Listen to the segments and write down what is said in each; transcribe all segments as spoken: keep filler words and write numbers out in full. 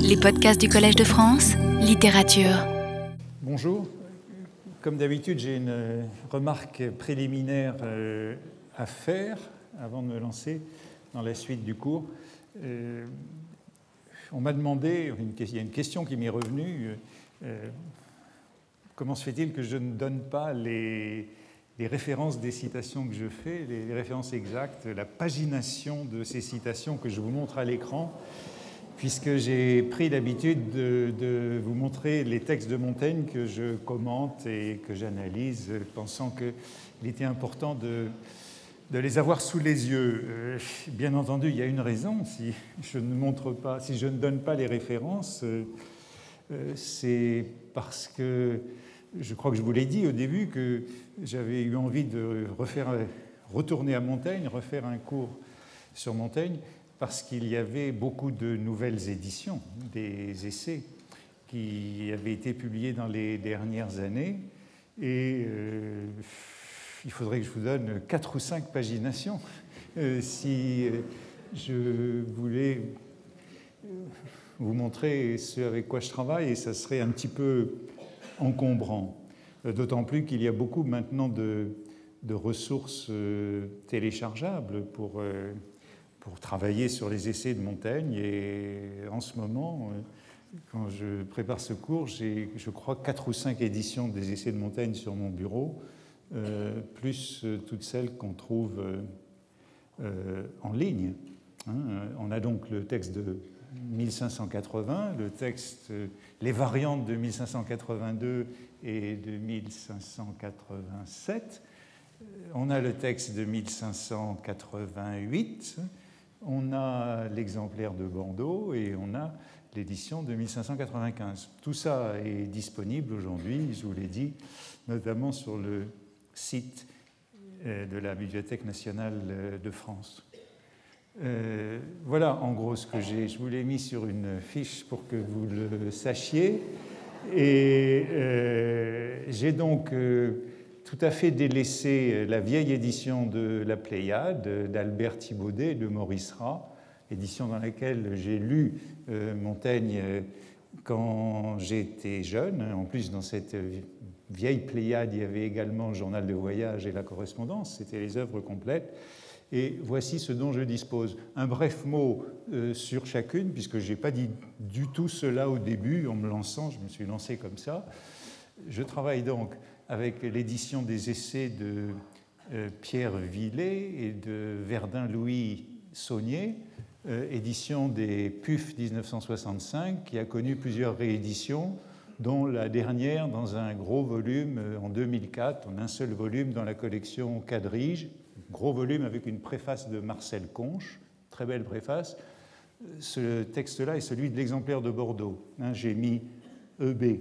Les podcasts du Collège de France, littérature. Bonjour. Comme d'habitude, j'ai une remarque préliminaire à faire avant de me lancer dans la suite du cours. Euh, on m'a demandé, il y a une question qui m'est revenue, euh, comment se fait-il que je ne donne pas les, les références des citations que je fais, les, les références exactes, la pagination de ces citations que je vous montre à l'écran, puisque j'ai pris l'habitude de, de vous montrer les textes de Montaigne que je commente et que j'analyse, pensant qu'il était important de, de les avoir sous les yeux. Euh, bien entendu, il y a une raison. Si je ne montre pas, si je ne donne pas les références, euh, euh, c'est parce que je crois que je vous l'ai dit au début que j'avais eu envie de refaire, retourner à Montaigne, refaire un cours sur Montaigne, parce qu'il y avait beaucoup de nouvelles éditions des essais qui avaient été publiés dans les dernières années. Et euh, il faudrait que je vous donne quatre ou cinq paginations euh, si je voulais vous montrer ce avec quoi je travaille, et ça serait un petit peu encombrant. D'autant plus qu'il y a beaucoup maintenant de, de ressources euh, téléchargeables pour... Euh, pour travailler sur les essais de Montaigne. Et en ce moment, quand je prépare ce cours, j'ai, je crois, quatre ou cinq éditions des essais de Montaigne sur mon bureau, euh, plus euh, toutes celles qu'on trouve euh, en ligne. Hein. On a donc le texte de mille cinq cent quatre-vingts, le texte, euh, les variantes de mille cinq cent quatre-vingt-deux et de mille cinq cent quatre-vingt-sept. On a le texte de mille cinq cent quatre-vingt-huit, on a l'exemplaire de Bordeaux et on a l'édition de mille cinq cent quatre-vingt-quinze. Tout ça est disponible aujourd'hui, je vous l'ai dit, notamment sur le site de la Bibliothèque nationale de France. Euh, voilà en gros ce que j'ai. Je vous l'ai mis sur une fiche pour que vous le sachiez. Et euh, j'ai donc... Euh, tout à fait délaissé la vieille édition de La Pléiade d'Albert Thibaudet et de Maurice Ras, édition dans laquelle j'ai lu euh, Montaigne euh, quand j'étais jeune. En plus, dans cette vieille Pléiade, il y avait également le journal de voyage et la correspondance, c'était les œuvres complètes. Et voici ce dont je dispose. Un bref mot euh, sur chacune, puisque je n'ai pas dit du tout cela au début, en me lançant, je me suis lancé comme ça. Je travaille donc avec l'édition des essais de euh, Pierre Villet et de Verdun-Louis Saunier, euh, édition des P U F dix-neuf cent soixante-cinq, qui a connu plusieurs rééditions, dont la dernière dans un gros volume euh, en deux mille quatre, en un seul volume dans la collection Quadrige, gros volume avec une préface de Marcel Conche, très belle préface. Ce texte-là est celui de l'exemplaire de Bordeaux. Hein, j'ai mis E B.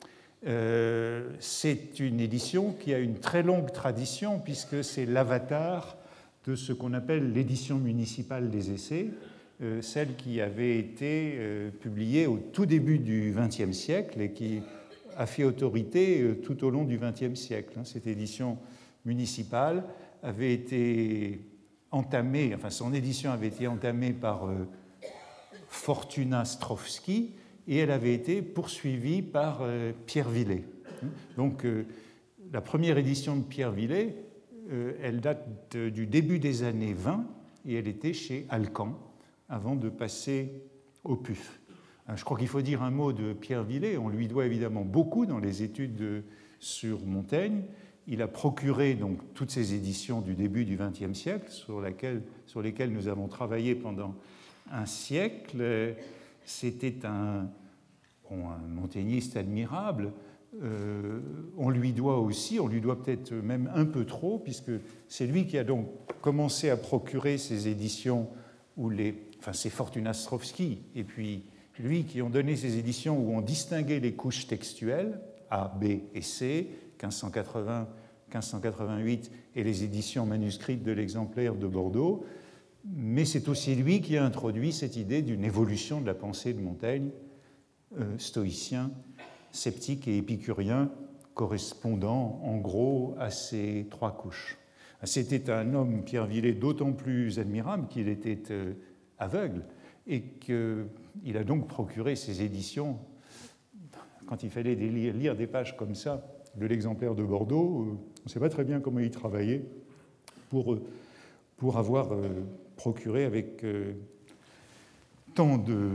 Euh, c'est une édition qui a une très longue tradition puisque c'est l'avatar de ce qu'on appelle l'édition municipale des essais, euh, celle qui avait été euh, publiée au tout début du vingtième siècle et qui a fait autorité euh, tout au long du vingtième siècle. Hein. Cette édition municipale avait été entamée, enfin son édition avait été entamée par euh, Fortuna Strovsky, et elle avait été poursuivie par euh, Pierre Villet. Donc, euh, la première édition de Pierre Villet, euh, elle date de, du début des années vingt, et elle était chez Alcan, avant de passer au P U F. Alors, je crois qu'il faut dire un mot de Pierre Villet. On lui doit évidemment beaucoup dans les études de, sur Montaigne. Il a procuré donc toutes ces éditions du début du vingtième siècle, sur, laquelle, sur lesquelles nous avons travaillé pendant un siècle. C'était un, bon, un montagniste admirable. Euh, on lui doit aussi, on lui doit peut-être même un peu trop, puisque c'est lui qui a donc commencé à procurer ces éditions où les, enfin c'est Fortuna Strovsky, et puis lui qui ont donné ces éditions où on distinguait les couches textuelles A, B et C, quinze cent quatre-vingts, quinze cent quatre-vingt-huit, et les éditions manuscrites de l'exemplaire de Bordeaux. Mais c'est aussi lui qui a introduit cette idée d'une évolution de la pensée de Montaigne, euh, stoïcien, sceptique et épicurien, correspondant en gros à ces trois couches. C'était un homme, Pierre Villet, d'autant plus admirable qu'il était euh, aveugle et que il a donc procuré ces éditions. Quand il fallait lire, lire des pages comme ça de l'exemplaire de Bordeaux, euh, on ne sait pas très bien comment il travaillait pour, pour avoir euh, procuré avec euh, tant de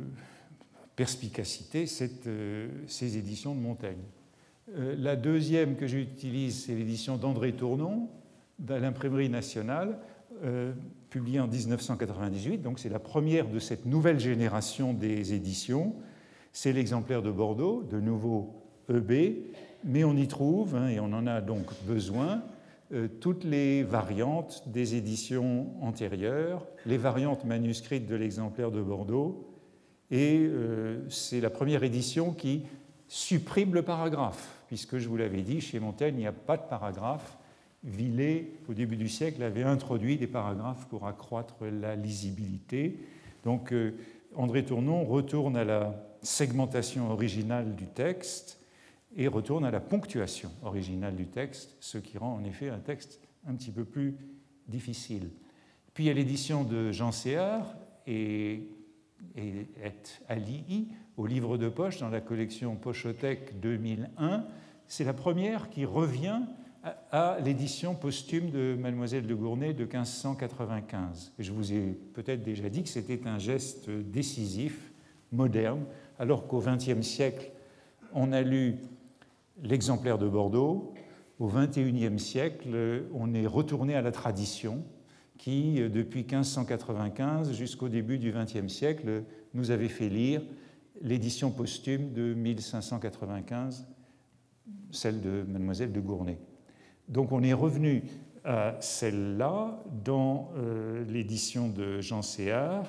perspicacité cette, euh, ces éditions de Montaigne. Euh, la deuxième que j'utilise, c'est l'édition d'André Tournon, de l'Imprimerie nationale, euh, publiée en dix-neuf cent quatre-vingt-dix-huit. Donc c'est la première de cette nouvelle génération des éditions. C'est l'exemplaire de Bordeaux, de nouveau E B, mais on y trouve, hein, et on en a donc besoin, euh, toutes les variantes des éditions antérieures, les variantes manuscrites de l'exemplaire de Bordeaux, et euh, c'est la première édition qui supprime le paragraphe, puisque je vous l'avais dit, chez Montaigne, il n'y a pas de paragraphe. Villers, au début du siècle, avait introduit des paragraphes pour accroître la lisibilité. Donc, euh, André Tournon retourne à la segmentation originale du texte et retourne à la ponctuation originale du texte, ce qui rend en effet un texte un petit peu plus difficile. Puis il y a l'édition de Jean Séart et, et et Alii au livre de poche dans la collection Pochothèque deux mille un. C'est la première qui revient à, à l'édition posthume de Mademoiselle de Gournay de quinze cent quatre-vingt-quinze. Je vous ai peut-être déjà dit que c'était un geste décisif, moderne, alors qu'au vingtième siècle, on a lu l'exemplaire de Bordeaux. Au vingt et unième siècle, on est retourné à la tradition qui, depuis quinze cent quatre-vingt-quinze jusqu'au début du vingtième siècle, nous avait fait lire l'édition posthume de mille cinq cent quatre-vingt-quinze, celle de Mademoiselle de Gournay. Donc on est revenu à celle-là dans euh, l'édition de Jean Séart,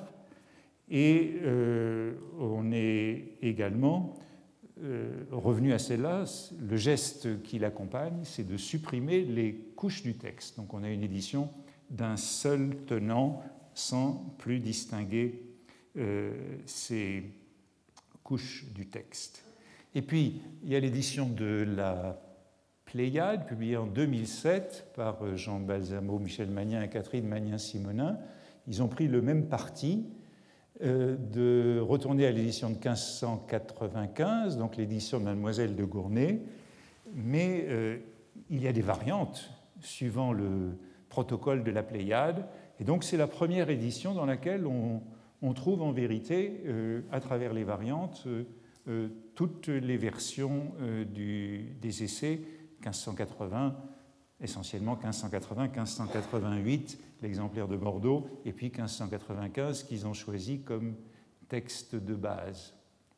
et euh, on est également euh, revenu à celle-là. Le geste qui l'accompagne, c'est de supprimer les couches du texte. Donc on a une édition d'un seul tenant sans plus distinguer euh, ces couches du texte. Et puis, il y a l'édition de la Pléiade, publiée en deux mille sept par Jean Balsamo, Michel Magnin et Catherine Magnin-Simonin. Ils ont pris le même parti euh, de retourner à l'édition de quinze cent quatre-vingt-quinze, donc l'édition de Mademoiselle de Gournay, mais euh, il y a des variantes suivant le protocole de la Pléiade, et donc c'est la première édition dans laquelle on, on trouve en vérité, euh, à travers les variantes, euh, euh, toutes les versions euh, du, des essais quinze cent quatre-vingts, essentiellement quinze cent quatre-vingts, quinze cent quatre-vingt-huit, l'exemplaire de Bordeaux, et puis quinze cent quatre-vingt-quinze qu'ils ont choisi comme texte de base.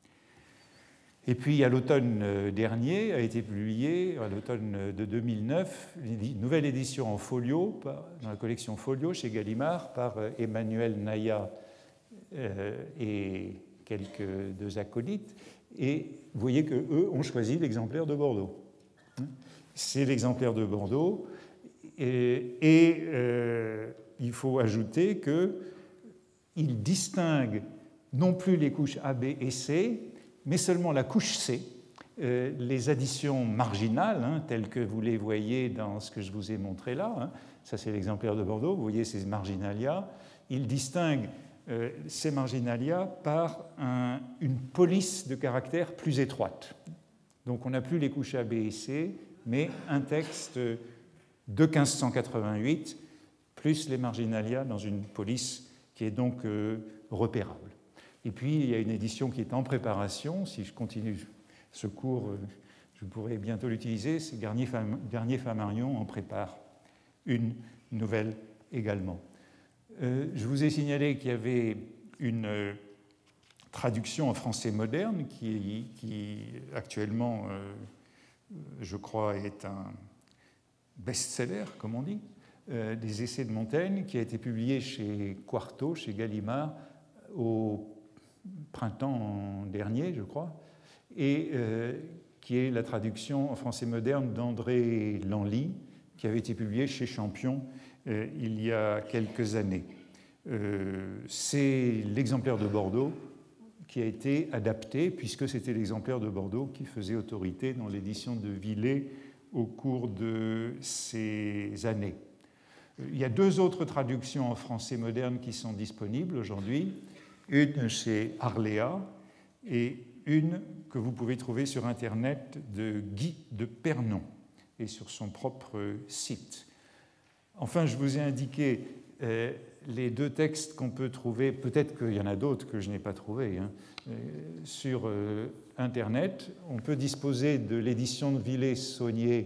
Et puis, à l'automne dernier, a été publiée, à l'automne de deux mille neuf, une nouvelle édition en folio, dans la collection Folio chez Gallimard, par Emmanuel Naya euh, et quelques deux acolytes. Et vous voyez qu'eux ont choisi l'exemplaire de Bordeaux. C'est l'exemplaire de Bordeaux. Et, et euh, il faut ajouter qu'il distingue non plus les couches A, B et C, mais seulement la couche C. Euh, les additions marginales, hein, telles que vous les voyez dans ce que je vous ai montré là, hein, ça c'est l'exemplaire de Bordeaux, vous voyez ces marginalia, il distingue euh, ces marginalia par un, une police de caractères plus étroite. Donc on n'a plus les couches A, B et C, mais un texte de quinze cent quatre-vingt-huit, plus les marginalia dans une police qui est donc euh, repérable. Et puis, il y a une édition qui est en préparation. Si je continue ce cours, je pourrai bientôt l'utiliser. C'est Garnier-Flammarion en prépare une nouvelle également. Euh, je vous ai signalé qu'il y avait une euh, traduction en français moderne qui, qui actuellement, euh, je crois, est un best-seller, comme on dit, euh, des essais de Montaigne, qui a été publié chez Quarto, chez Gallimard, au printemps dernier, je crois, et euh, qui est la traduction en français moderne d'André Lanly, qui avait été publiée chez Champion euh, il y a quelques années. Euh, c'est l'exemplaire de Bordeaux qui a été adapté, puisque c'était l'exemplaire de Bordeaux qui faisait autorité dans l'édition de Villers au cours de ces années. Il y a deux autres traductions en français moderne qui sont disponibles aujourd'hui. une chez Arléa et une que vous pouvez trouver sur Internet de Guy de Pernon et sur son propre site. Enfin, je vous ai indiqué euh, les deux textes qu'on peut trouver, peut-être qu'il y en a d'autres que je n'ai pas trouvés, hein, euh, sur euh, Internet. On peut disposer de l'édition de Villers-Saunier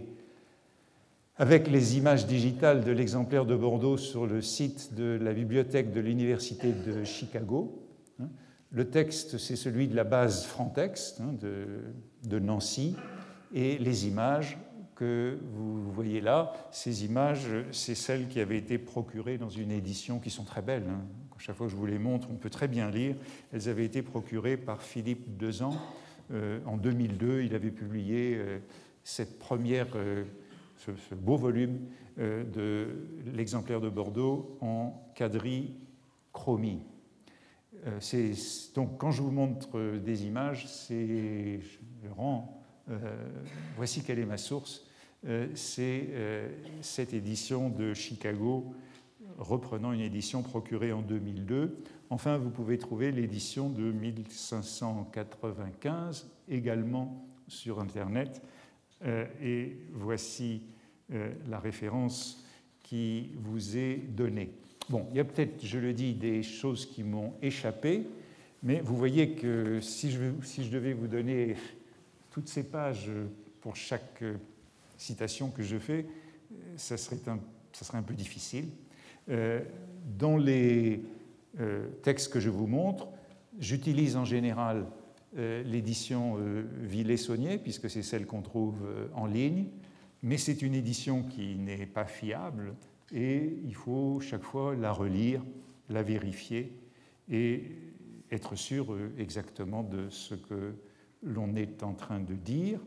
avec les images digitales de l'exemplaire de Bordeaux sur le site de la bibliothèque de l'Université de Chicago. Le texte, c'est celui de la base Frantext de, de Nancy, et les images que vous voyez là, ces images, c'est celles qui avaient été procurées dans une édition qui sont très belles. Hein. Chaque fois que je vous les montre, on peut très bien lire. Elles avaient été procurées par Philippe Dezan. Euh, en deux mille deux, il avait publié euh, cette première, euh, ce, ce beau volume euh, de l'exemplaire de Bordeaux en quadrichromie. C'est, donc, quand je vous montre des images, c'est, je rends, euh, voici quelle est ma source, euh, c'est euh, cette édition de Chicago, reprenant une édition procurée en deux mille deux. Enfin, vous pouvez trouver l'édition de mille cinq cent quatre-vingt-quinze, également sur Internet, euh, et voici euh, la référence qui vous est donnée. Bon, il y a peut-être, je le dis, des choses qui m'ont échappé, mais vous voyez que si je, si je devais vous donner toutes ces pages pour chaque citation que je fais, ça serait un, ça serait un peu difficile. Euh, dans les euh, textes que je vous montre, j'utilise en général euh, l'édition euh, Villers-Saunier, puisque c'est celle qu'on trouve euh, en ligne, mais c'est une édition qui n'est pas fiable, et il faut chaque fois la relire, la vérifier et être sûr exactement de ce que l'on est en train de dire.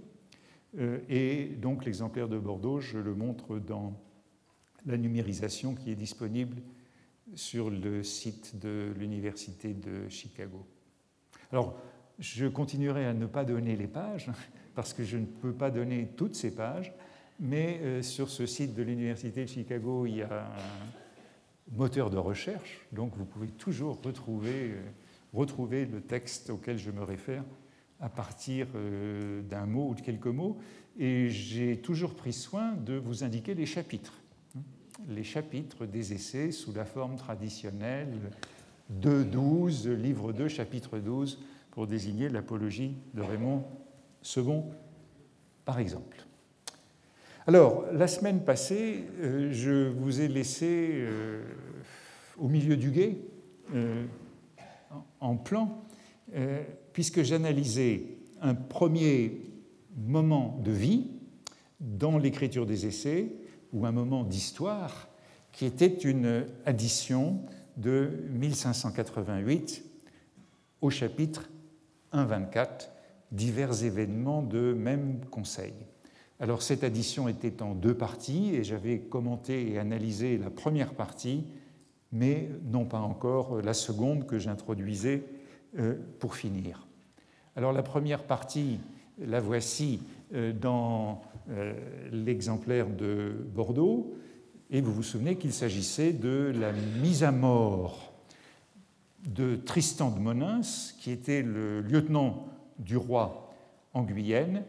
Et donc l'exemplaire de Bordeaux, je le montre dans la numérisation qui est disponible sur le site de l'Université de Chicago. Alors, je continuerai à ne pas donner les pages, parce que je ne peux pas donner toutes ces pages, mais euh, sur ce site de l'Université de Chicago, il y a un moteur de recherche, donc vous pouvez toujours retrouver, euh, retrouver le texte auquel je me réfère à partir euh, d'un mot ou de quelques mots, et j'ai toujours pris soin de vous indiquer les chapitres, hein, les chapitres des essais sous la forme traditionnelle, deux douze, livre deux, chapitre douze, pour désigner l'apologie de Raymond second, par exemple. Alors, la semaine passée, euh, je vous ai laissé euh, au milieu du gué, euh, en plan, euh, puisque j'analysais un premier moment de vie dans l'écriture des essais, ou un moment d'histoire, qui était une addition de mille cinq cent quatre-vingt-huit au chapitre un vingt-quatre, divers événements de même conseil. Alors cette addition était en deux parties et j'avais commenté et analysé la première partie, mais non pas encore la seconde que j'introduisais pour finir. Alors la première partie, la voici dans l'exemplaire de Bordeaux, et vous vous souvenez qu'il s'agissait de la mise à mort de Tristan de Monins, qui était le lieutenant du roi en Guyenne,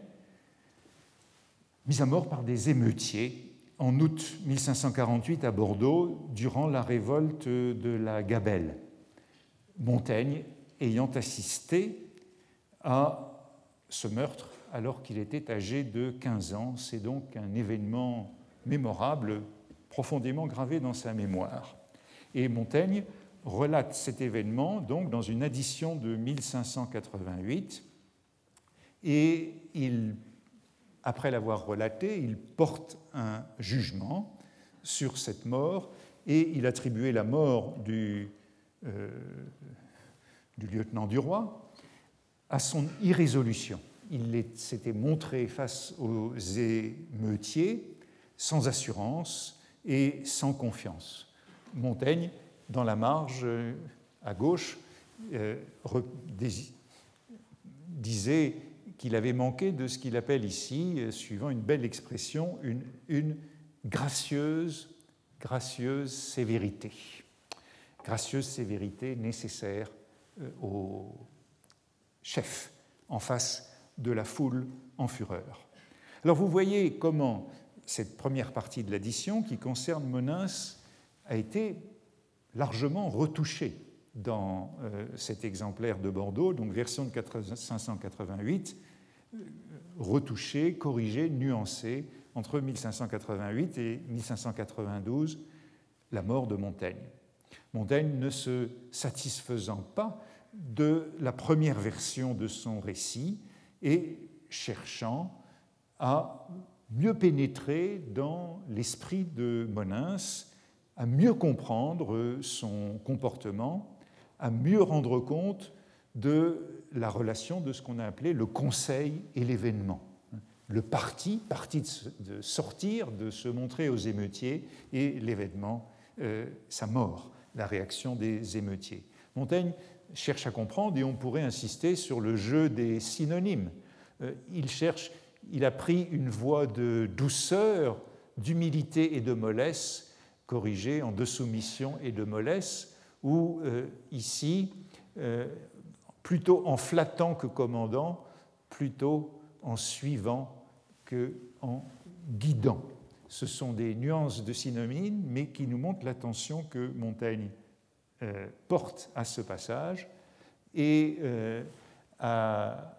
mis à mort par des émeutiers en août mille cinq cent quarante-huit à Bordeaux, durant la révolte de la Gabelle. Montaigne ayant assisté à ce meurtre alors qu'il était âgé de quinze ans. C'est donc un événement mémorable, profondément gravé dans sa mémoire. Et Montaigne relate cet événement donc dans une addition de mille cinq cent quatre-vingt-huit, et il après l'avoir relaté, il porte un jugement sur cette mort et il attribuait la mort du, euh, du lieutenant du roi à son irrésolution. Il s'était montré face aux émeutiers sans assurance et sans confiance. Montaigne, dans la marge à gauche, euh, disait qu'il avait manqué de ce qu'il appelle ici, suivant une belle expression, une, une gracieuse, gracieuse sévérité. Gracieuse sévérité nécessaire au chef en face de la foule en fureur. Alors vous voyez comment cette première partie de l'addition qui concerne Monins a été largement retouchée dans euh, cet exemplaire de Bordeaux, donc version de cinq cent quatre-vingt-huit, euh, retouchée, corrigée, nuancée entre mille cinq cent quatre-vingt-huit et mille cinq cent quatre-vingt-douze, la mort de Montaigne. Montaigne ne se satisfaisant pas de la première version de son récit et cherchant à mieux pénétrer dans l'esprit de Monins, à mieux comprendre son comportement, à mieux rendre compte de la relation de ce qu'on a appelé le conseil et l'événement. Le parti, parti de sortir, de se montrer aux émeutiers, et l'événement, euh, sa mort, la réaction des émeutiers. Montaigne cherche à comprendre, et on pourrait insister sur le jeu des synonymes. Euh, il cherche, il a pris une voie de douceur, d'humilité et de mollesse, corrigée en de soumission et de mollesse, où euh, ici, euh, plutôt en flattant que commandant, plutôt en suivant qu'en guidant. Ce sont des nuances de synonymes, mais qui nous montrent l'attention que Montaigne euh, porte à ce passage. Et euh, à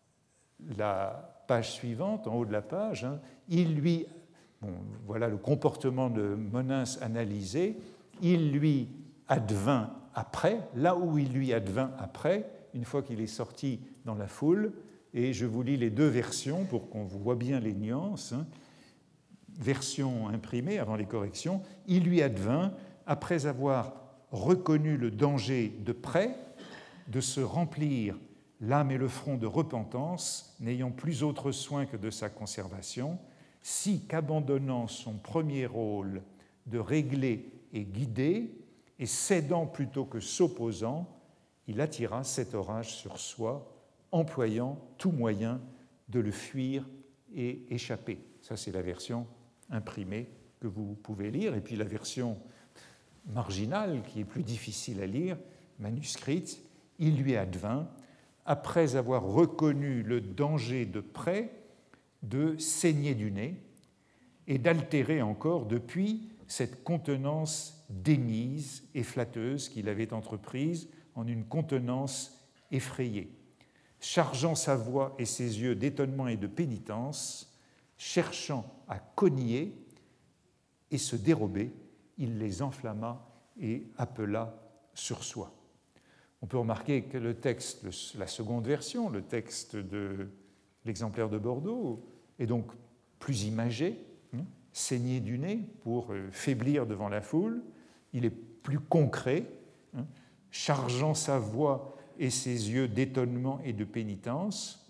la page suivante, en haut de la page, hein, il lui, bon, voilà le comportement de Monins analysé, il lui advint après, là où il lui advint après, une fois qu'il est sorti dans la foule, et je vous lis les deux versions pour qu'on voit bien les nuances. Hein. Version imprimée avant les corrections, il lui advint, après avoir reconnu le danger de près, de se remplir l'âme et le front de repentance, n'ayant plus autre soin que de sa conservation, si qu'abandonnant son premier rôle de régler et guider, et cédant plutôt que s'opposant, il attira cet orage sur soi, employant tout moyen de le fuir et échapper. Ça, c'est la version imprimée que vous pouvez lire. Et puis la version marginale, qui est plus difficile à lire, manuscrite, il lui advint, après avoir reconnu le danger de près, de saigner du nez et d'altérer encore depuis cette contenance démise et flatteuse qu'il avait entreprise en une contenance effrayée. Chargeant sa voix et ses yeux d'étonnement et de pénitence, cherchant à cogner et se dérober, il les enflamma et appela sur soi. On peut remarquer que le texte, la seconde version, le texte de l'exemplaire de Bordeaux, est donc plus imagé, hein, saigné du nez pour faiblir devant la foule. Il est plus concret, hein, chargeant sa voix et ses yeux d'étonnement et de pénitence.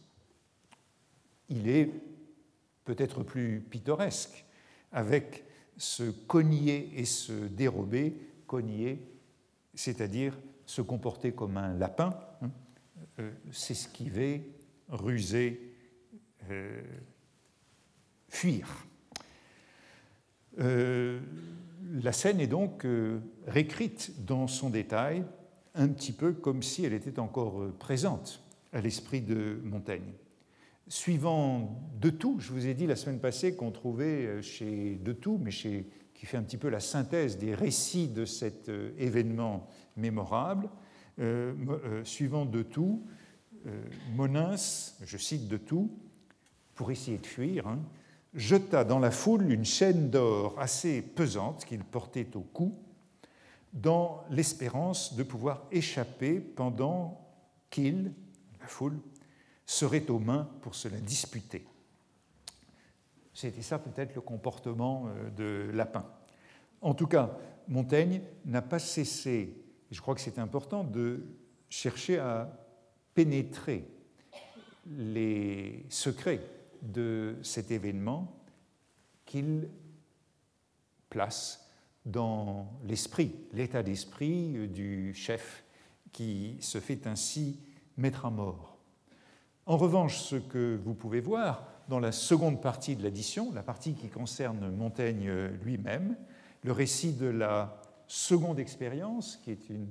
Il est peut-être plus pittoresque, avec se cogner et se dérober, cogner, c'est-à-dire se comporter comme un lapin, hein, euh, s'esquiver, ruser, euh, fuir. Euh, la scène est donc euh, réécrite dans son détail, un petit peu comme si elle était encore présente à l'esprit de Montaigne. Suivant De Thou, je vous ai dit la semaine passée qu'on trouvait chez De Thou, mais chez, qui fait un petit peu la synthèse des récits de cet euh, événement mémorable, euh, euh, suivant De Thou, euh, Monins, je cite De Thou, pour essayer de fuir, hein, jeta dans la foule une chaîne d'or assez pesante qu'il portait au cou, dans l'espérance de pouvoir échapper pendant qu'il, la foule, serait aux mains pour se la disputer. C'était ça peut-être le comportement de Lapin. En tout cas, Montaigne n'a pas cessé, et je crois que c'est important, de chercher à pénétrer les secrets de cet événement qu'il place dans l'esprit, l'état d'esprit du chef qui se fait ainsi mettre à mort. En revanche, ce que vous pouvez voir dans la seconde partie de l'addition, la partie qui concerne Montaigne lui-même, le récit de la seconde expérience, qui est, une,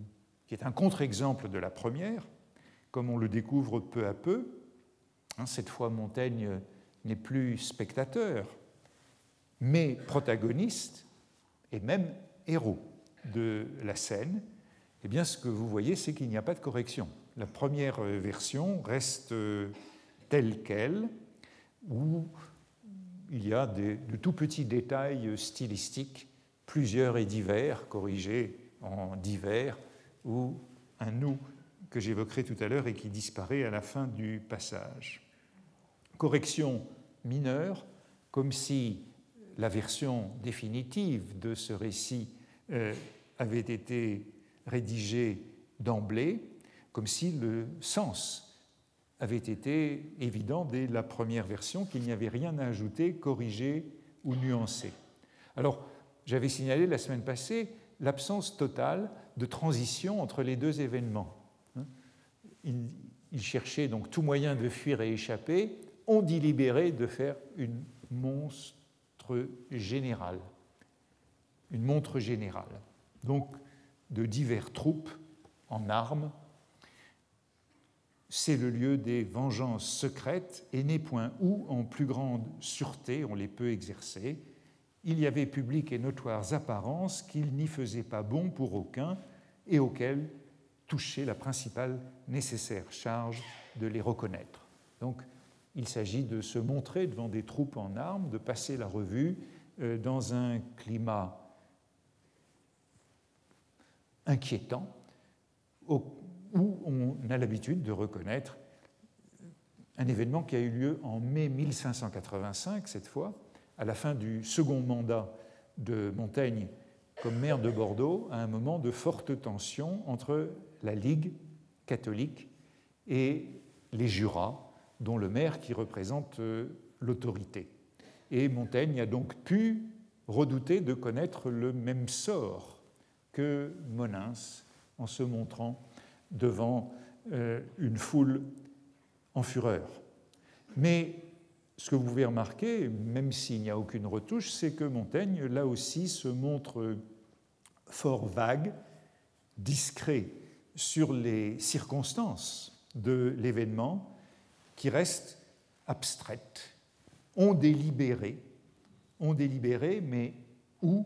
qui est un contre-exemple de la première, comme on le découvre peu à peu. Cette fois, Montaigne n'est plus spectateur, mais protagoniste et même héros de la scène. Eh bien, ce que vous voyez, c'est qu'il n'y a pas de correction. La première version reste telle qu'elle, où il y a des, de tout petits détails stylistiques, plusieurs et divers, corrigés en divers, ou un nous que j'évoquerai tout à l'heure et qui disparaît à la fin du passage. Correction mineure, comme si la version définitive de ce récit euh, avait été rédigée d'emblée, comme si le sens avait été évident dès la première version, qu'il n'y avait rien à ajouter, corriger ou nuancer. Alors, j'avais signalé la semaine passée l'absence totale de transition entre les deux événements. Il, il cherchait donc tout moyen de fuir et échapper, ont délibéré de faire une monstre générale, une montre générale, donc de divers troupes en armes. C'est le lieu des vengeances secrètes et n'est point où, en plus grande sûreté, on les peut exercer. Il y avait publiques et notoires apparences qu'il n'y faisait pas bon pour aucun et auxquelles touchait la principale nécessaire charge de les reconnaître. Donc, il s'agit de se montrer devant des troupes en armes, de passer la revue euh, dans un climat inquiétant au, où on a l'habitude de reconnaître un événement qui a eu lieu en mai mille cinq cent quatre-vingt-cinq, cette fois, à la fin du second mandat de Montaigne comme maire de Bordeaux, à un moment de forte tension entre la Ligue catholique et les jurats, dont le maire qui représente l'autorité. Et Montaigne a donc pu redouter de connaître le même sort que Monins en se montrant devant une foule en fureur. Mais ce que vous pouvez remarquer, même s'il n'y a aucune retouche, c'est que Montaigne, là aussi, se montre fort vague, discret sur les circonstances de l'événement, qui reste abstraite. On délibéré, on délibéré, mais où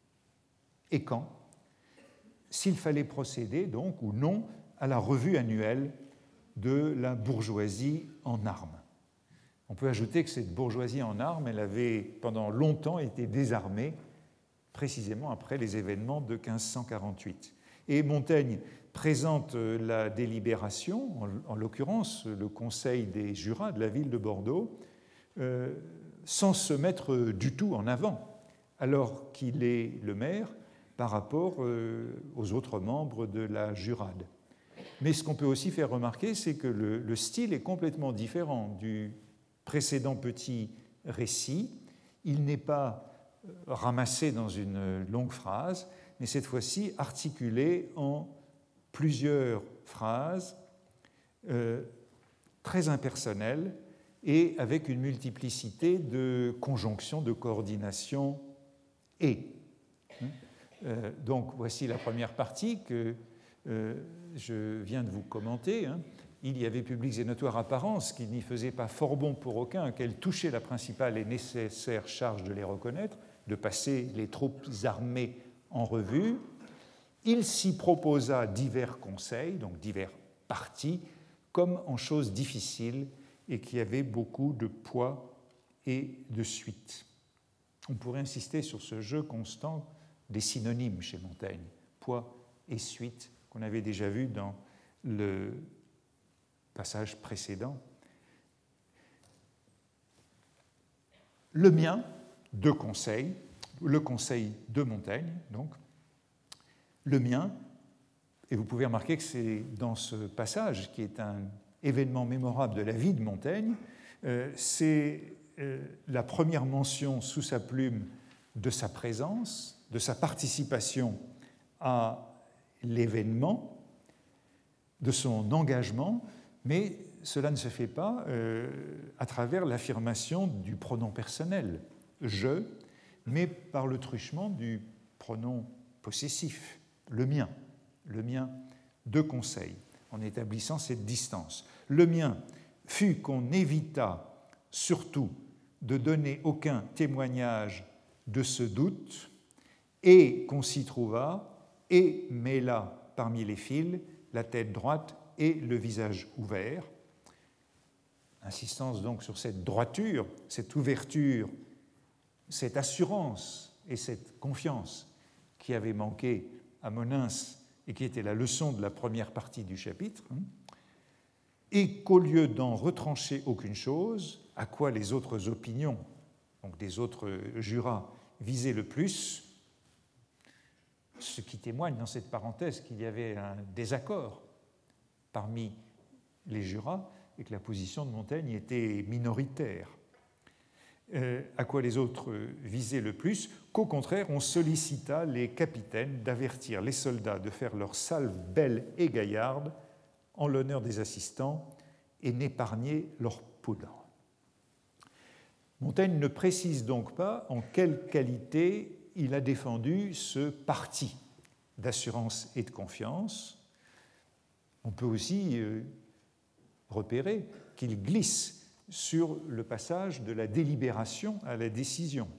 et quand, s'il fallait procéder donc ou non à la revue annuelle de la bourgeoisie en armes. On peut ajouter que cette bourgeoisie en armes, elle avait pendant longtemps été désarmée, précisément après les événements de quinze cent quarante-huit. Et Montaigne présente la délibération, en, en l'occurrence le Conseil des jurats de la ville de Bordeaux, euh, sans se mettre du tout en avant, alors qu'il est le maire par rapport euh, aux autres membres de la jurade. Mais ce qu'on peut aussi faire remarquer, c'est que le, le style est complètement différent du précédent petit récit. Il n'est pas ramassé dans une longue phrase, mais cette fois-ci articulé en plusieurs phrases euh, très impersonnelles et avec une multiplicité de conjonctions, de coordination et. Euh, donc voici la première partie que euh, je viens de vous commenter. Hein. Il y avait publiques et notoires apparences qui n'y faisaient pas fort bon pour aucun, qu'elles touchaient la principale et nécessaire charge de les reconnaître, de passer les troupes armées en revue. Il s'y proposa divers conseils, donc divers partis, comme en choses difficiles et qui avaient beaucoup de poids et de suite. On pourrait insister sur ce jeu constant des synonymes chez Montaigne, poids et suite, qu'on avait déjà vu dans le passage précédent. Le mien, deux conseils, le conseil de Montaigne, donc, le mien, et vous pouvez remarquer que c'est dans ce passage, qui est un événement mémorable de la vie de Montaigne, euh, c'est euh, la première mention sous sa plume de sa présence, de sa participation à l'événement, de son engagement, mais cela ne se fait pas euh, à travers l'affirmation du pronom personnel « je », mais par le truchement du pronom possessif, le mien, le mien de conseil, en établissant cette distance. Le mien fut qu'on évita surtout de donner aucun témoignage de ce doute et qu'on s'y trouva et mêla parmi les fils la tête droite et le visage ouvert. Insistance donc sur cette droiture, cette ouverture, cette assurance et cette confiance qui avait manqué à Monins et qui était la leçon de la première partie du chapitre, et qu'au lieu d'en retrancher aucune chose, à quoi les autres opinions, donc des autres jurats, visaient le plus, ce qui témoigne dans cette parenthèse qu'il y avait un désaccord parmi les jurats et que la position de Montaigne était minoritaire. Euh, à quoi les autres visaient le plus, qu'au contraire, on sollicita les capitaines d'avertir les soldats de faire leur salve belle et gaillarde en l'honneur des assistants et n'épargner leur poudre. Montaigne ne précise donc pas en quelle qualité il a défendu ce parti d'assurance et de confiance. On peut aussi euh, repérer qu'il glisse sur le passage de la délibération à la décision.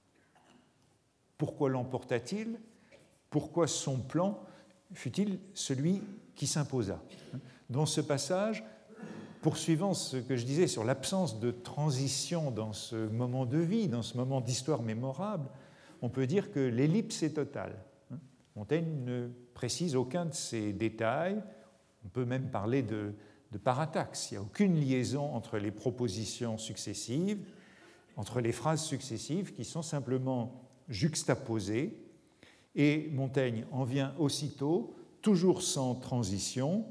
Pourquoi l'emporta-t-il ? Pourquoi son plan fut-il celui qui s'imposa ? Dans ce passage, poursuivant ce que je disais sur l'absence de transition dans ce moment de vie, dans ce moment d'histoire mémorable, on peut dire que l'ellipse est totale. Montaigne ne précise aucun de ces détails. On peut même parler de, de parataxe. Il n'y a aucune liaison entre les propositions successives, entre les phrases successives qui sont simplement juxtaposées. Et Montaigne en vient aussitôt, toujours sans transition,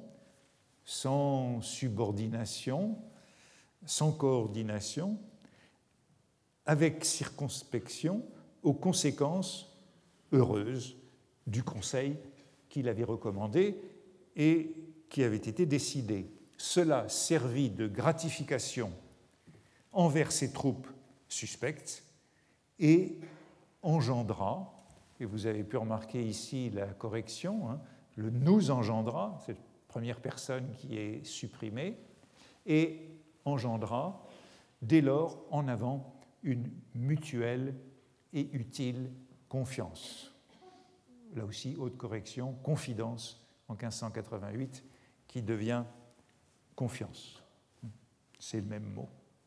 sans subordination, sans coordination, avec circonspection aux conséquences heureuses du conseil qu'il avait recommandé et qui avait été décidé. Cela servit de gratification envers ses troupes suspectes et engendra, et vous avez pu remarquer ici la correction, hein, le nous engendra, cette première personne qui est supprimée, et engendra dès lors en avant une mutuelle et utile confiance. Là aussi, haute correction, confidence en quinze cent quatre-vingt-huit qui devient confiance. C'est le même mot.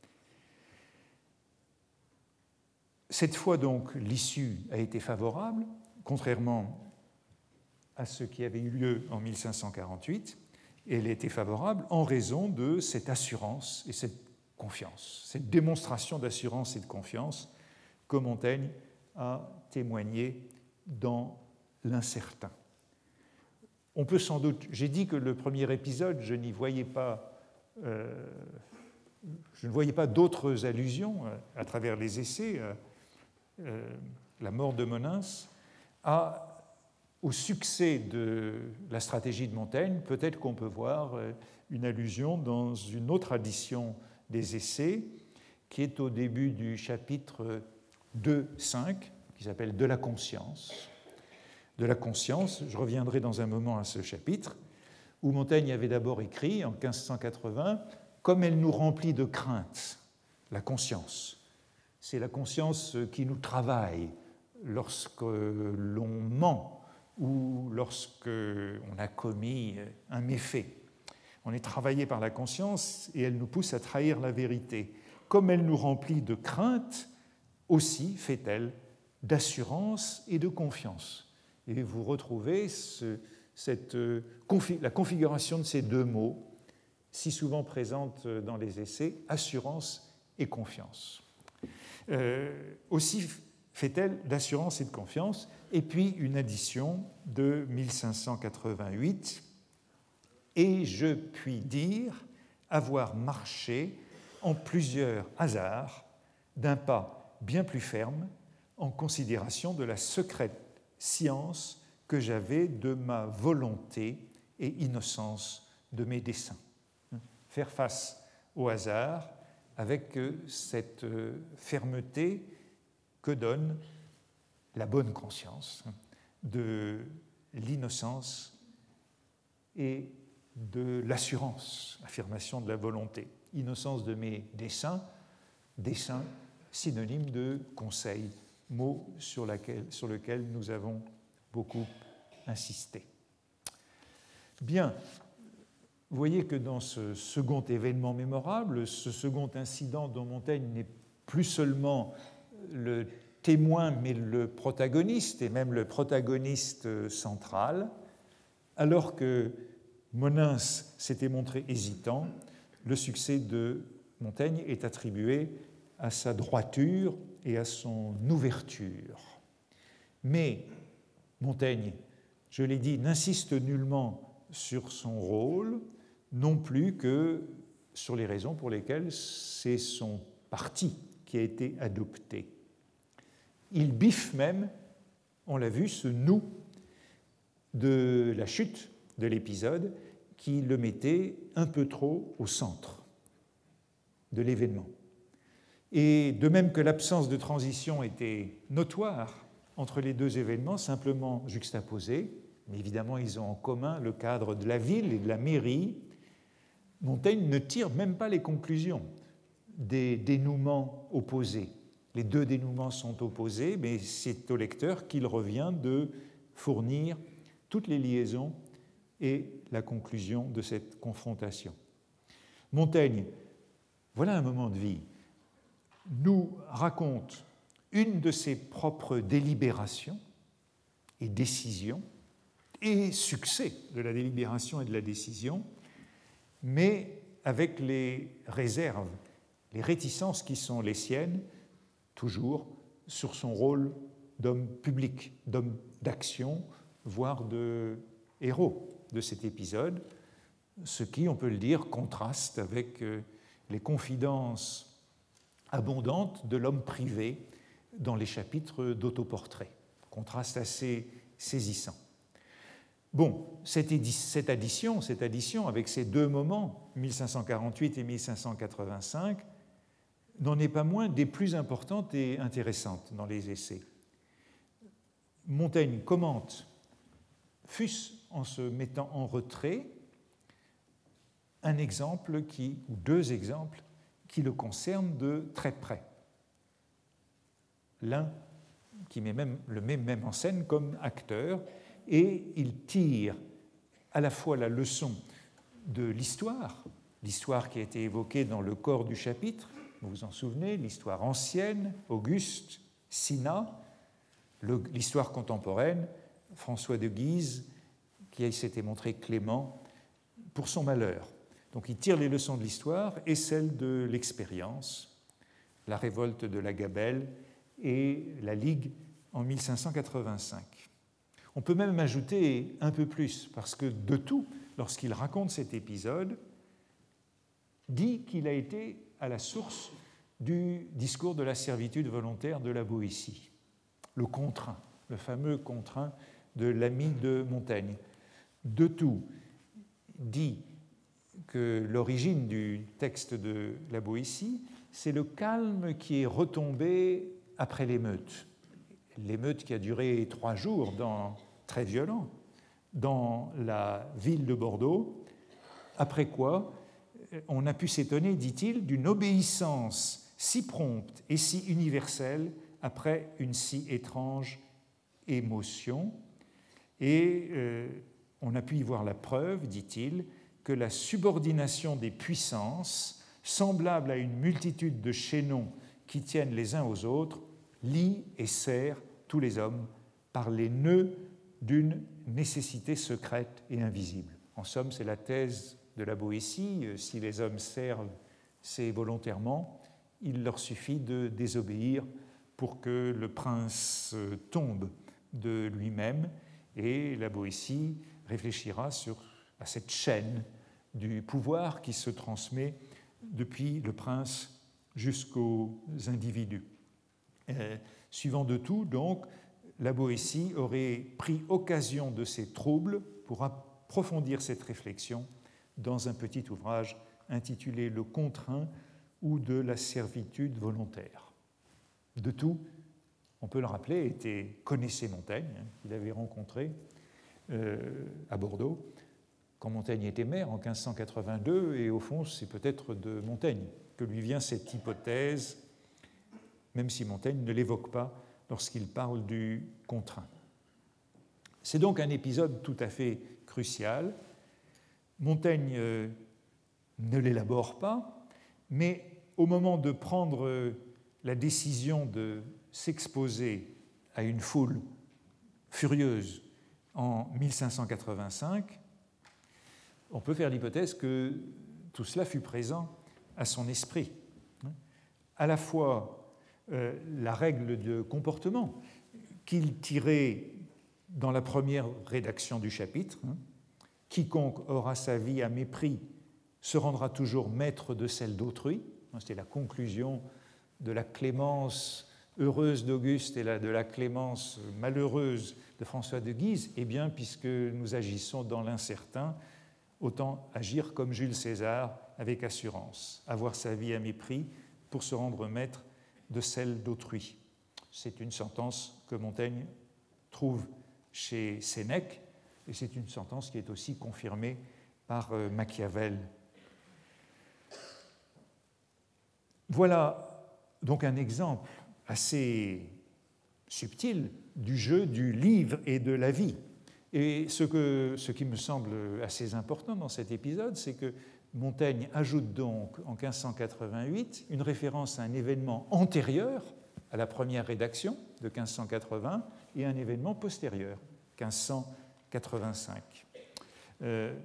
Cette fois donc, l'issue a été favorable, contrairement à ce qui avait eu lieu en mille cinq cent quarante-huit, et elle a été favorable en raison de cette assurance et cette confiance, cette démonstration d'assurance et de confiance que Montaigne a témoigné dans l'incertain. On peut sans doute, j'ai dit que le premier épisode, je n'y voyais pas, euh, je ne voyais pas d'autres allusions à, à travers les essais. Euh, euh, la mort de Monins a au succès de la stratégie de Montaigne, peut-être qu'on peut voir une allusion dans une autre édition des Essais, qui est au début du chapitre deux cinq, qui s'appelle « De la conscience ». De la conscience, je reviendrai dans un moment à ce chapitre, où Montaigne avait d'abord écrit, en quinze cent quatre-vingts, « Comme elle nous remplit de crainte, la conscience ». C'est la conscience qui nous travaille lorsque l'on ment, ou lorsqu'on a commis un méfait. On est travaillé par la conscience et elle nous pousse à trahir la vérité. Comme elle nous remplit de crainte, aussi fait-elle d'assurance et de confiance. Et vous retrouvez ce, cette, la configuration de ces deux mots, si souvent présente dans les essais, assurance et confiance. Euh, aussi fait-elle d'assurance et de confiance, et puis une addition de mille cinq cent quatre-vingt-huit, et je puis dire avoir marché en plusieurs hasards d'un pas bien plus ferme en considération de la secrète science que j'avais de ma volonté et innocence de mes desseins. Faire face au hasard avec cette fermeté que donne la bonne conscience de l'innocence et de l'assurance, affirmation de la volonté. Innocence de mes desseins, dessein synonyme de conseil, mot sur, laquelle, sur lequel nous avons beaucoup insisté. Bien, vous voyez que dans ce second événement mémorable, ce second incident dont Montaigne n'est plus seulement le témoin, mais le protagoniste, et même le protagoniste central, alors que Monins s'était montré hésitant, le succès de Montaigne est attribué à sa droiture et à son ouverture. Mais Montaigne, je l'ai dit, n'insiste nullement sur son rôle, non plus que sur les raisons pour lesquelles c'est son parti qui a été adopté. Il biffe même, on l'a vu, ce nous de la chute de l'épisode qui le mettait un peu trop au centre de l'événement. Et de même que l'absence de transition était notoire entre les deux événements, simplement juxtaposés, mais évidemment ils ont en commun le cadre de la ville et de la mairie, Montaigne ne tire même pas les conclusions des dénouements opposés. Les deux dénouements sont opposés, mais c'est au lecteur qu'il revient de fournir toutes les liaisons et la conclusion de cette confrontation. Montaigne, voilà un moment de vie, nous raconte une de ses propres délibérations et décisions, et succès de la délibération et de la décision, mais avec les réserves, les réticences qui sont les siennes, toujours sur son rôle d'homme public, d'homme d'action, voire de héros de cet épisode, ce qui, on peut le dire, contraste avec les confidences abondantes de l'homme privé dans les chapitres d'autoportrait. Contraste assez saisissant. Bon, cette, cette addition, cette addition avec ces deux moments, mille cinq cent quarante-huit et mille cinq cent quatre-vingt-cinq, n'en est pas moins des plus importantes et intéressantes dans les essais. Montaigne commente, fût-ce en se mettant en retrait, un exemple qui, ou deux exemples qui le concernent de très près. L'un qui met même, le met même en scène comme acteur, et il tire à la fois la leçon de l'histoire, l'histoire qui a été évoquée dans le corps du chapitre, vous vous en souvenez, l'histoire ancienne, Auguste, Cinna, le, l'histoire contemporaine, François de Guise, qui s'était montré clément pour son malheur. Donc il tire les leçons de l'histoire et celles de l'expérience, la révolte de la Gabelle et la Ligue en mille cinq cent quatre-vingt-cinq. On peut même ajouter un peu plus, parce que de tout, lorsqu'il raconte cet épisode, dit qu'il a été à la source du discours de la servitude volontaire de la Boétie, le contraint, le fameux contraint de l'ami de Montaigne. De tout, dit que l'origine du texte de la Boétie, c'est le calme qui est retombé après l'émeute. L'émeute qui a duré trois jours, dans, très violent, dans la ville de Bordeaux, après quoi on a pu s'étonner, dit-il, d'une obéissance si prompte et si universelle après une si étrange émotion. Et euh, on a pu y voir la preuve, dit-il, que la subordination des puissances, semblable à une multitude de chaînons qui tiennent les uns aux autres, lie et serre tous les hommes par les nœuds d'une nécessité secrète et invisible. En somme, c'est la thèse de la Boétie. Si les hommes servent, c'est volontairement. Il leur suffit de désobéir pour que le prince tombe de lui-même, et la Boétie réfléchira sur, à cette chaîne du pouvoir qui se transmet depuis le prince jusqu'aux individus. Euh, suivant de tout, donc, la Boétie aurait pris occasion de ces troubles pour approfondir cette réflexion dans un petit ouvrage intitulé « Le contraint » ou « de la servitude volontaire ». De tout, on peut le rappeler, était, connaissait Montaigne, hein, qu'il avait rencontré euh, à Bordeaux, quand Montaigne était maire, en quinze cent quatre-vingt-deux, et au fond, c'est peut-être de Montaigne que lui vient cette hypothèse, même si Montaigne ne l'évoque pas lorsqu'il parle du contraint. C'est donc un épisode tout à fait crucial. Montaigne euh, ne l'élabore pas, mais au moment de prendre la décision de s'exposer à une foule furieuse en mille cinq cent quatre-vingt-cinq, on peut faire l'hypothèse que tout cela fut présent à son esprit. À la fois euh, la règle de comportement qu'il tirait dans la première rédaction du chapitre, hein, « Quiconque aura sa vie à mépris se rendra toujours maître de celle d'autrui », c'était la conclusion de la clémence heureuse d'Auguste et de la clémence malheureuse de François de Guise. Eh bien, puisque nous agissons dans l'incertain, autant agir comme Jules César avec assurance, avoir sa vie à mépris pour se rendre maître de celle d'autrui. C'est une sentence que Montaigne trouve chez Sénèque, et c'est une sentence qui est aussi confirmée par Machiavel. Voilà donc un exemple assez subtil du jeu du livre et de la vie. Et ce, que, ce qui me semble assez important dans cet épisode, c'est que Montaigne ajoute donc en quinze cent quatre-vingt-huit une référence à un événement antérieur à la première rédaction de quinze cent quatre-vingts et un événement postérieur, quinze cent quatre-vingt-cinq. Euh,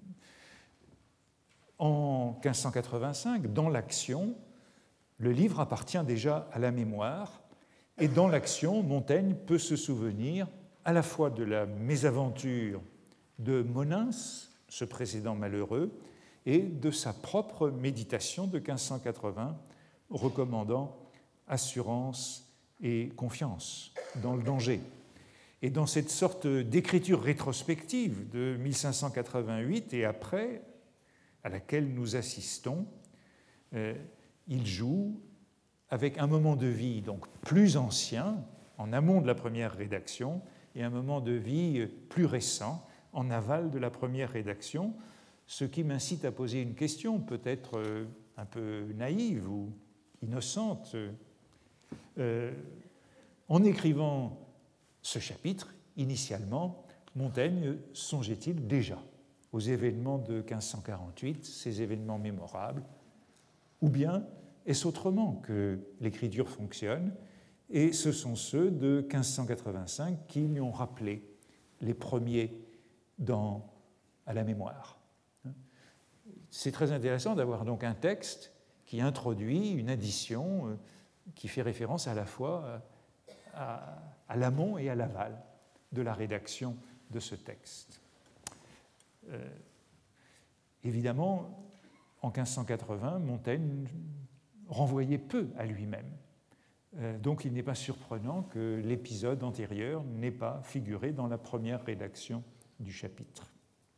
en quinze cent quatre-vingt-cinq, dans l'action, le livre appartient déjà à la mémoire, et dans l'action, Montaigne peut se souvenir à la fois de la mésaventure de Monins, ce précédent malheureux, et de sa propre méditation de quinze cent quatre-vingts, recommandant assurance et confiance dans le danger. Et dans cette sorte d'écriture rétrospective de mille cinq cent quatre-vingt-huit et après, à laquelle nous assistons, euh, il joue avec un moment de vie donc plus ancien, en amont de la première rédaction, et un moment de vie plus récent, en aval de la première rédaction, ce qui m'incite à poser une question peut-être un peu naïve ou innocente. Euh, en écrivant ce chapitre, initialement, Montaigne songeait-il déjà aux événements de quinze cent quarante-huit, ces événements mémorables, ou bien est-ce autrement que l'écriture fonctionne, et ce sont ceux de quinze cent quatre-vingt-cinq qui lui ont rappelé les premiers dans, à la mémoire. C'est très intéressant d'avoir donc un texte qui introduit une addition qui fait référence à la fois à, à l'amont et à l'aval de la rédaction de ce texte. Euh, évidemment, en quinze cent quatre-vingts, Montaigne renvoyait peu à lui-même. Euh, donc il n'est pas surprenant que l'épisode antérieur n'ait pas figuré dans la première rédaction du chapitre.